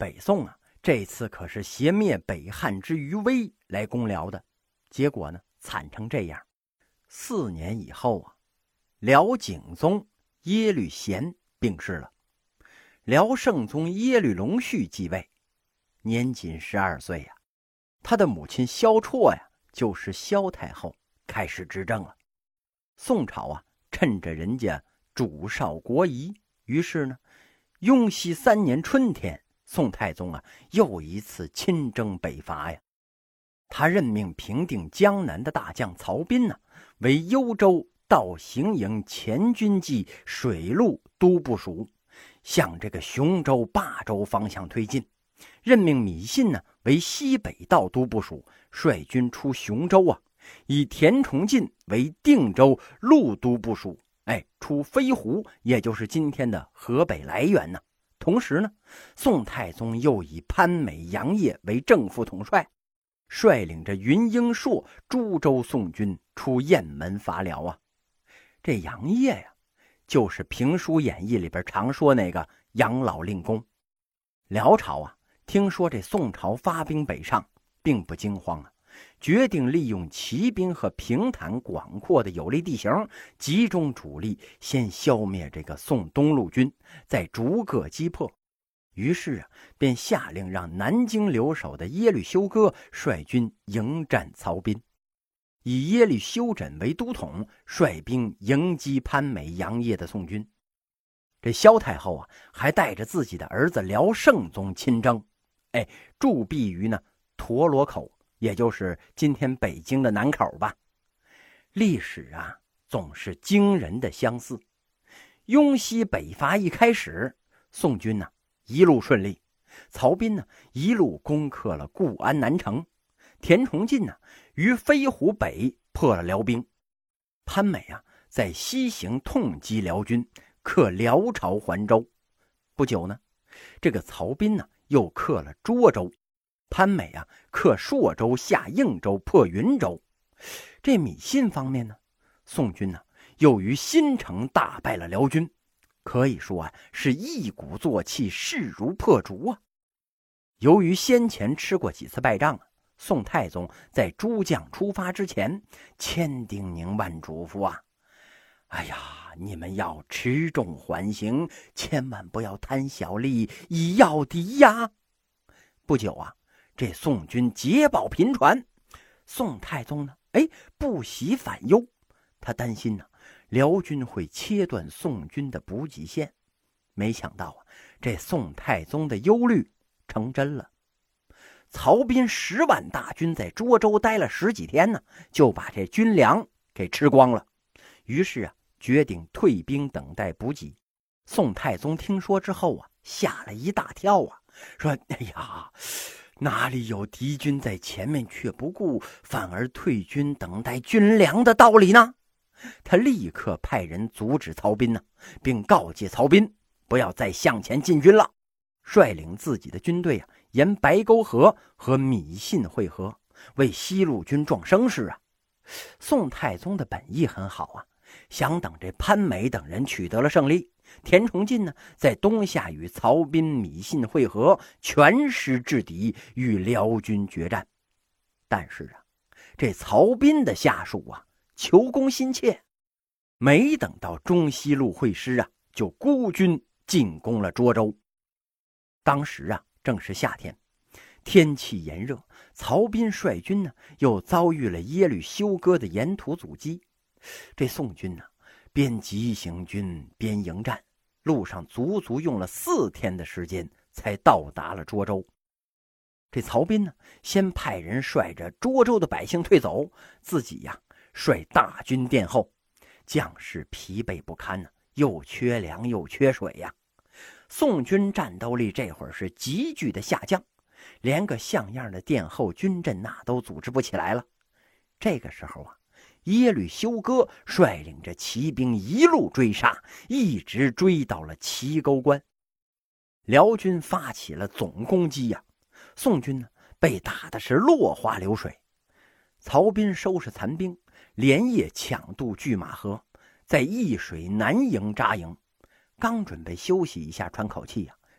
北宋啊，这次可是挟灭北汉之余威来攻辽的，结果呢，惨成这样。4年以后啊，辽景宗耶律贤病逝了，辽圣宗耶律隆绪继位，年仅12岁呀。他的母亲萧绰呀，就是萧太后开始执政了。宋朝啊，趁着人家主少国疑，于是呢，雍熙3年春天，宋太宗啊又一次亲征北伐呀。他任命平定江南的大将曹彬呢，为幽州道行营前军机水陆都部署，向这个雄州、霸州方向推进。任命米信呢为西北道都部署，率军出雄州啊，以田崇进为定州路都部署，出飞狐，也就是今天的河北涞源呢。同时呢，宋太宗又以潘美、杨业为正副统帅，率领着云英硕、株洲宋军出雁门伐辽啊。这杨业呀，就是评书演义里边常说那个杨老令公。辽朝啊，听说这宋朝发兵北上，并不惊慌啊，决定利用骑兵和平坦广阔的有利地形，集中主力先消灭这个宋东路军，再逐个击破。于是啊，便下令让南京留守的耶律休哥率军迎战曹彬，以耶律休轸为都统，率兵迎击潘美、杨业的宋军。这萧太后啊，还带着自己的儿子辽圣宗亲征，驻跸于呢陀螺口，也就是今天北京的南口吧。历史啊，总是惊人的相似。雍熙北伐一开始，宋军呢一路顺利，曹彬呢一路攻克了固安南城，田崇进呢于飞狐北破了辽兵，潘美啊在西行痛击辽军，克辽朝还州。不久呢，这个曹彬呢又克了涿州，潘美啊克朔州、下应州、破云州。这米信方面呢，宋军呢又于新城大败了辽军，可以说啊是一鼓作气，势如破竹啊。由于先前吃过几次败仗啊，宋太宗在诸将出发之前千叮咛万嘱咐啊，你们要持重缓行，千万不要贪小利，以要敌呀。不久啊，这宋军捷报频传，宋太宗呢不喜反忧，他担心呢辽军会切断宋军的补给线。没想到啊，这宋太宗的忧虑成真了。曹彬10万大军在涿州待了10几天呢，就把这军粮给吃光了。于是啊，决定退兵等待补给。宋太宗听说之后啊，吓了一大跳啊，说哪里有敌军在前面却不顾，反而退军等待军粮的道理呢？他立刻派人阻止曹彬呢，并告诫曹彬不要再向前进军了，率领自己的军队啊，沿白沟河和米信会合，为西路军壮声势啊。宋太宗的本意很好啊，想等这潘美等人取得了胜利，田崇进呢在东夏与曹彬、米信会合，全师制敌，与辽军决战。但是啊，这曹彬的下属啊求功心切，没等到中西路会师啊，就孤军进攻了涿州。当时啊正是夏天，天气炎热，曹彬率军呢又遭遇了耶律休哥的沿途阻击。这宋军呢边急行军边迎战，路上足足用了4天的时间才到达了涿州。这曹彬呢先派人率着涿州的百姓退走，自己呀率大军殿后，将士疲惫不堪呢，又缺粮又缺水呀。宋军战斗力这会儿是急剧的下降，连个像样的殿后军阵那都组织不起来了。这个时候啊，耶律休哥率领着骑兵一路追杀，一直追到了齐沟关。辽军发起了总攻击呀，宋军呢被打的是落花流水。曹彬收拾残兵，连夜抢渡拒马河，在易水南营扎营。刚准备休息一下喘口气呀，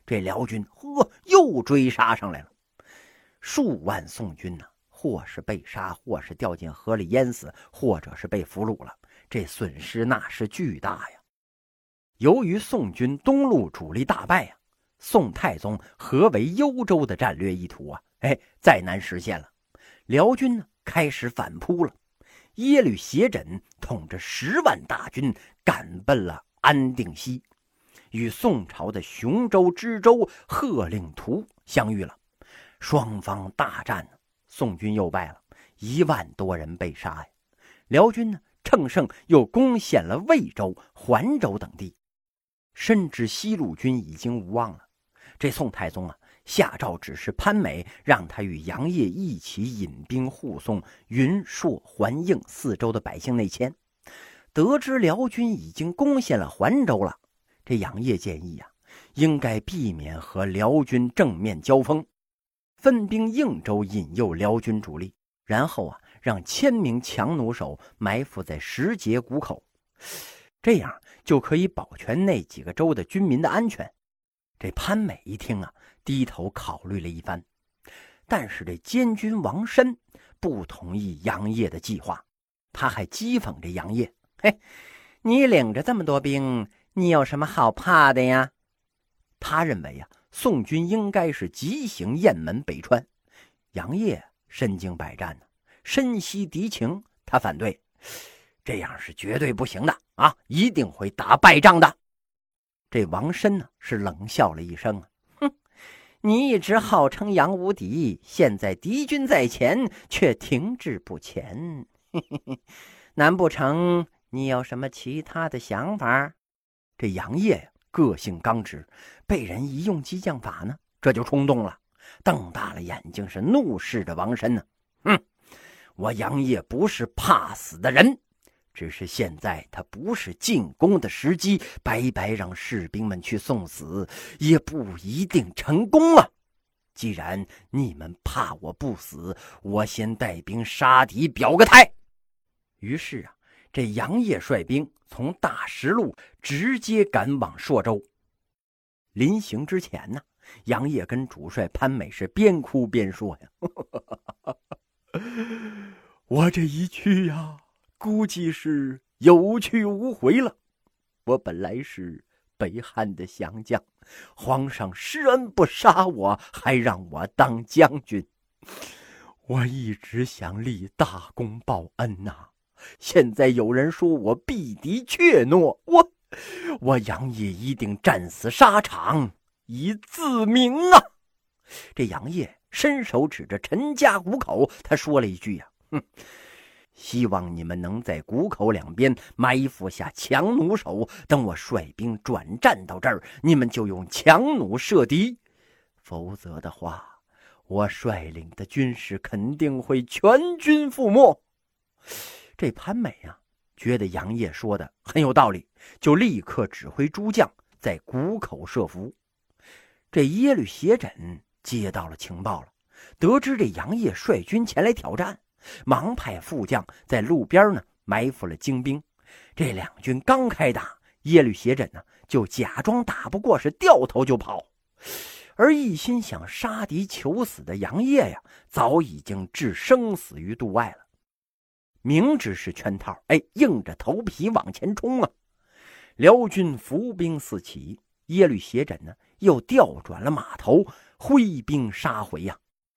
这辽军又追杀上来了。数万宋军呢，或是被杀，或是掉进河里淹死，或者是被俘虏了，这损失那是巨大呀。由于宋军东路主力大败呀，宋太宗合围幽州的战略意图啊，再难实现了。辽军呢开始反扑了，耶律斜轸统着10万大军赶奔了安定西，与宋朝的雄州、知州、贺令图相遇了。双方大战，宋军又败了，1万多人被杀呀。辽军呢乘胜又攻陷了魏州、环州等地，深知西路军已经无望了。这宋太宗啊，下诏指示潘美，让他与杨业一起引兵护送云、朔、环、应4州的百姓内迁。得知辽军已经攻陷了环州了，这杨业建议啊，应该避免和辽军正面交锋，分兵应州引诱辽军主力，然后啊，让1000名强弩手埋伏在石碣谷口，这样就可以保全那几个州的军民的安全。这潘美一听啊，低头考虑了一番，但是这监军王申不同意杨业的计划，他还讥讽这杨业：“你领着这么多兵，你有什么好怕的呀？”他认为啊，宋军应该是急行雁门北川。杨业身经百战呢，深悉敌情，他反对，这样是绝对不行的啊，一定会打败仗的。这王申呢是冷笑了一声啊，你一直号称杨无敌，现在敌军在前却停滞不前，难不成你有什么其他的想法？这杨业呀，个性刚直，被人一用激将法呢，这就冲动了，瞪大了眼睛，是怒视着王申呢。我杨业不是怕死的人，只是现在他不是进攻的时机，白白让士兵们去送死，也不一定成功啊。既然你们怕我不死，我先带兵杀敌表个态。于是啊，这杨业率兵从大石路直接赶往朔州。临行之前呢，杨业跟主帅潘美是边哭边说呀：“我这一去呀，估计是有去无回了。我本来是北汉的降将，皇上施恩不杀我，还让我当将军。我一直想立大功报恩呐，现在有人说我避敌怯懦，我杨业一定战死沙场，以自明啊！”这杨业伸手指着陈家谷口，他说了一句呀：“希望你们能在谷口两边埋伏下强弩手，等我率兵转战到这儿，你们就用强弩射敌，否则的话，我率领的军士肯定会全军覆没。”这潘美啊，觉得杨业说的很有道理，就立刻指挥诸将在谷口设伏。这耶律斜轸接到了情报了，得知这杨业率军前来挑战，忙派副将在路边呢埋伏了精兵。这两军刚开打，耶律斜轸呢就假装打不过，是掉头就跑。而一心想杀敌求死的杨业呀，早已经置生死于度外了。明知是圈套，硬着头皮往前冲啊！辽军伏兵四起，耶律斜轸呢又调转了马头，挥兵杀回呀。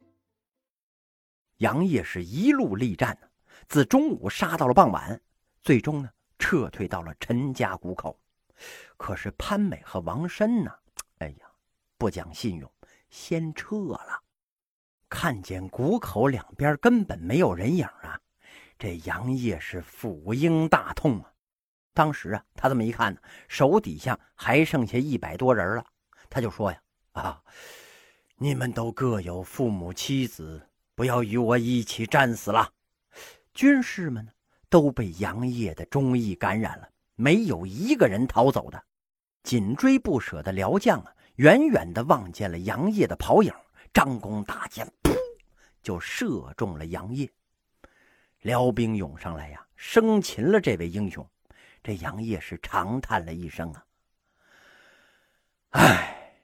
杨业是一路力战呢，自中午杀到了傍晚，最终呢撤退到了陈家谷口。可是潘美和王申呢，不讲信用，先撤了。看见谷口两边根本没有人影啊，这杨业是腹应大痛啊。当时啊，他这么一看呢，手底下还剩下100多人了，他就说呀：“你们都各有父母妻子，不要与我一起战死了。”军士们呢，都被杨业的忠义感染了，没有一个人逃走的。紧追不舍的辽将啊，远远地望见了杨业的跑影，张弓搭箭，噗，就射中了杨业。辽兵涌上来呀，生擒了这位英雄。这杨业是长叹了一声啊，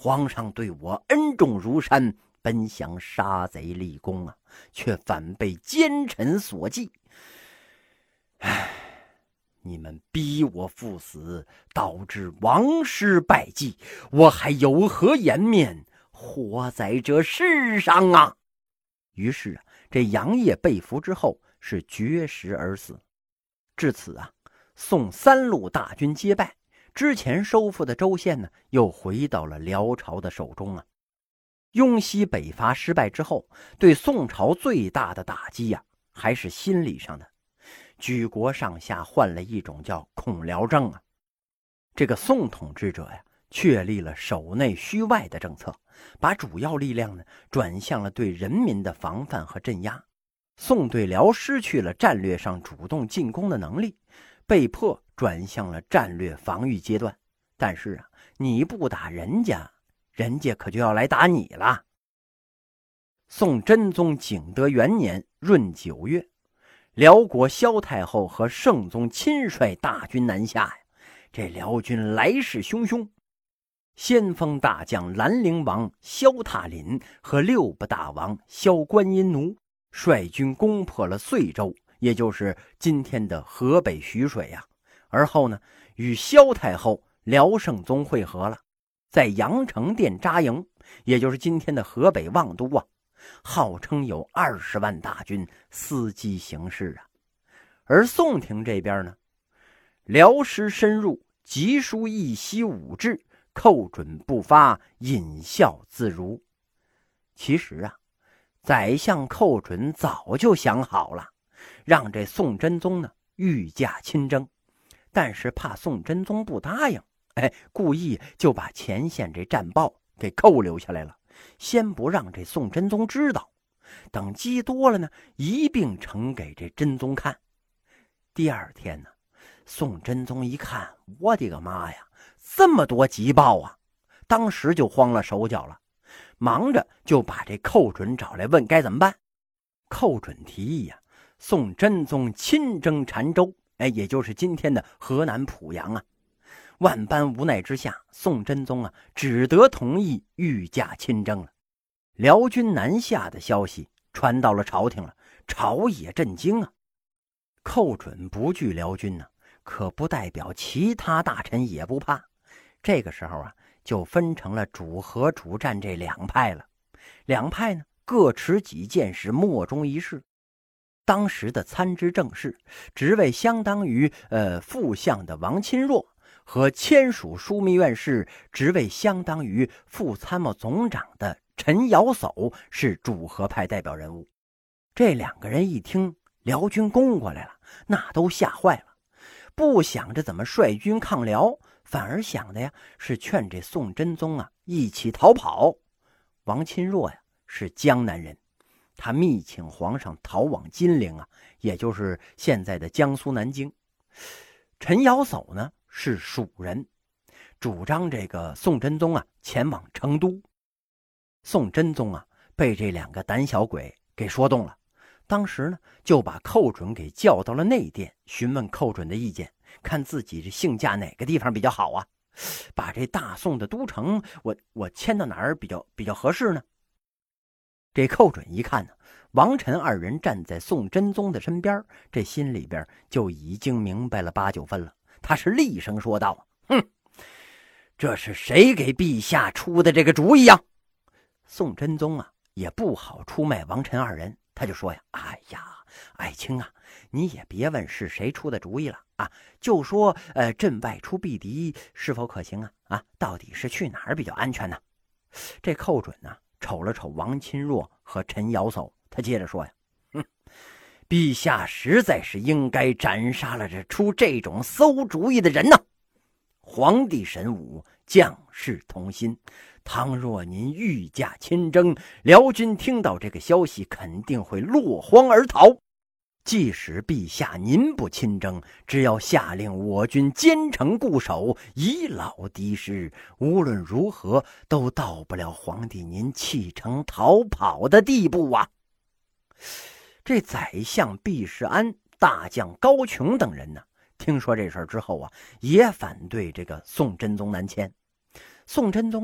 皇上对我恩重如山，本想杀贼立功啊，却反被奸臣所忌。唉，你们逼我赴死，导致王师败绩，我还有何颜面活在这世上啊？于是这杨业被俘之后是绝食而死。至此啊，宋三路大军皆败，之前收复的州县呢，又回到了辽朝的手中啊。雍西北伐失败之后，对宋朝最大的打击呀，还是心理上的。举国上下患了一种叫恐辽症啊。这个宋统治者呀，确立了守内虚外的政策，把主要力量呢转向了对人民的防范和镇压。宋对辽失去了战略上主动进攻的能力，被迫转向了战略防御阶段。但是啊，你不打人家，人家可就要来打你了。宋真宗景德元年闰9月，辽国萧太后和圣宗亲率大军南下呀，这辽军来势汹汹。先锋大将兰陵王萧挞林和六部大王萧观音奴率军攻破了遂州，也就是今天的河北徐水呀。而后呢，与萧太后、辽圣宗会合了，在阳城殿扎营，也就是今天的河北望都啊，号称有20万大军伺机行事啊。而宋廷这边呢，辽师深入，急书义熙武志，寇准不发，引笑自如。其实啊，宰相寇准早就想好了，让这宋真宗呢御驾亲征，但是怕宋真宗不答应，故意就把前线这战报给扣留下来了，先不让这宋真宗知道，等积多了呢，一并呈给这真宗看。第二天呢，宋真宗一看，我的个妈呀，这么多急报啊，当时就慌了手脚了，忙着就把这寇准找来问该怎么办。寇准提议啊，宋真宗亲征澶州，也就是今天的河南濮阳啊。万般无奈之下，宋真宗啊只得同意御驾亲征了。辽军南下的消息传到了朝廷了，朝野震惊啊。寇准不惧辽军呢，可不代表其他大臣也不怕。这个时候啊，就分成了主和主战这两派了。两派呢，各持己见，是莫衷一是。当时的参知政事，职位相当于副相的王钦若，和签署枢密院事，职位相当于副参谋总长的陈尧叟，是主和派代表人物。这两个人一听辽军攻过来了，那都吓坏了，不想着怎么率军抗辽，反而想的呀是劝这宋真宗啊一起逃跑。王钦若呀是江南人，他密请皇上逃往金陵啊，也就是现在的江苏南京。陈尧叟呢是蜀人，主张这个宋真宗啊前往成都。宋真宗啊被这两个胆小鬼给说动了，当时呢就把寇准给叫到了内殿，询问寇准的意见，看自己这性价哪个地方比较好啊，把这大宋的都城我迁到哪儿比较合适呢？这寇准一看呢，王陈二人站在宋真宗的身边，这心里边就已经明白了8、9分了。他是厉声说道：哼，这是谁给陛下出的这个主意啊？宋真宗啊也不好出卖王陈二人，他就说呀，哎呀，爱卿啊，你也别问是谁出的主意了啊，就说朕外出避敌是否可行啊？到底是去哪儿比较安全呢？这寇准呢瞅了瞅王钦若和陈尧叟，他接着说呀，陛下实在是应该斩杀了这出这种馊主意的人呢。皇帝神武，将士同心，倘若您御驾亲征，辽军听到这个消息肯定会落荒而逃。即使陛下您不亲征，只要下令我军坚城固守，以老敌师，无论如何都到不了皇帝您弃城逃跑的地步啊。这宰相毕世安、大将高琼等人呢，听说这事之后啊，也反对这个宋真宗南迁。宋真宗呢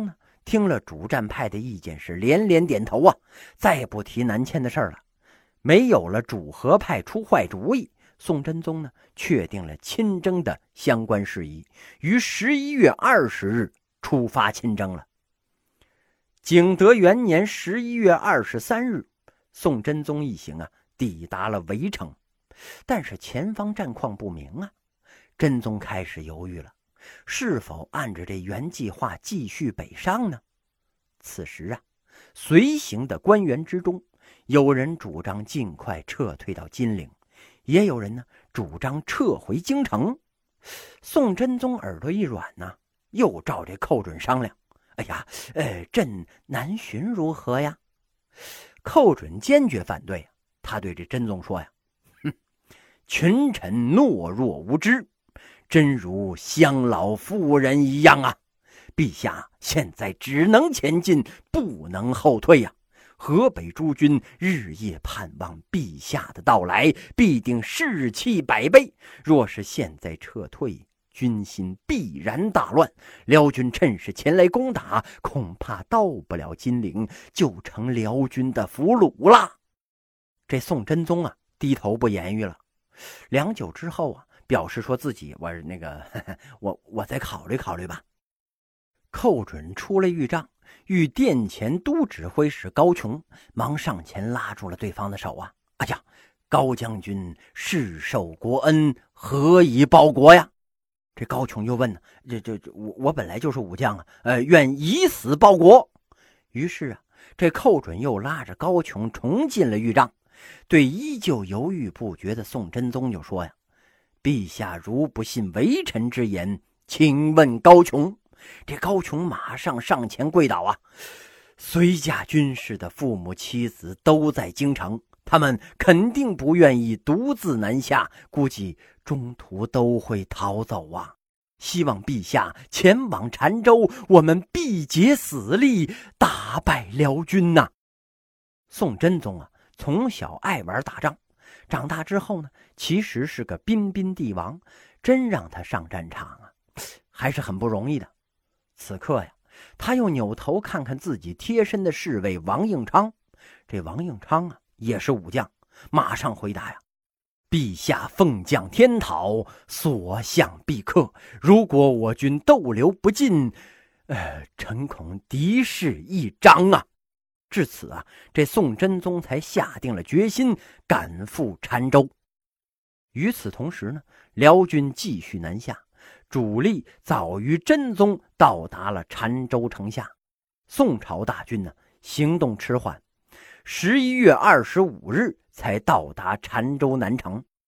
听了主战派的意见是连连点头啊，再也不提南迁的事儿了。没有了主和派出坏主意，宋真宗呢确定了亲征的相关事宜，于11月20日出发亲征了。景德元年11月23日，宋真宗一行啊抵达了围城，但是前方战况不明啊，真宗开始犹豫了，是否按着这原计划继续北上呢？此时啊，随行的官员之中，有人主张尽快撤退到金陵，也有人呢主张撤回京城。宋真宗耳朵一软呢，又照这寇准商量：“哎呀，朕南巡如何呀？”寇准坚决反对，他对这真宗说呀：“群臣懦弱无知，真如乡老妇人一样啊！陛下现在只能前进，不能后退呀！河北诸军日夜盼望陛下的到来，必定士气百倍。若是现在撤退，军心必然大乱。辽军趁势前来攻打，恐怕到不了金陵，就成辽军的俘虏了。”这宋真宗啊，低头不言语了。良久之后啊，表示说自己我再考虑考虑吧。寇准出了御帐，与殿前都指挥使高琼忙上前拉住了对方的手啊！哎呀，高将军世受国恩，何以报国呀？这高琼又问呢，我本来就是武将啊，愿以死报国。于是啊，这寇准又拉着高琼重进了御帐，对依旧犹豫不决的宋真宗就说呀：“陛下如不信微臣之言，请问高琼。”这高琼马上上前跪倒啊！随驾军士的父母妻子都在京城，他们肯定不愿意独自南下，估计中途都会逃走啊！希望陛下前往澶州，我们必竭死力打败辽军呐！宋真宗啊，从小爱玩打仗，长大之后呢，其实是个彬彬帝王，真让他上战场啊，还是很不容易的。此刻呀，他又扭头看看自己贴身的侍卫王应昌，这王应昌啊也是武将，马上回答呀：“陛下凤将天讨，所向必克。如果我军逗留不进，臣恐敌势一张啊！”至此啊，这宋真宗才下定了决心，赶赴澶州。与此同时呢，辽军继续南下，主力早于真宗到达了澶州城下。宋朝大军呢，行动迟缓，11月25日才到达澶州南城。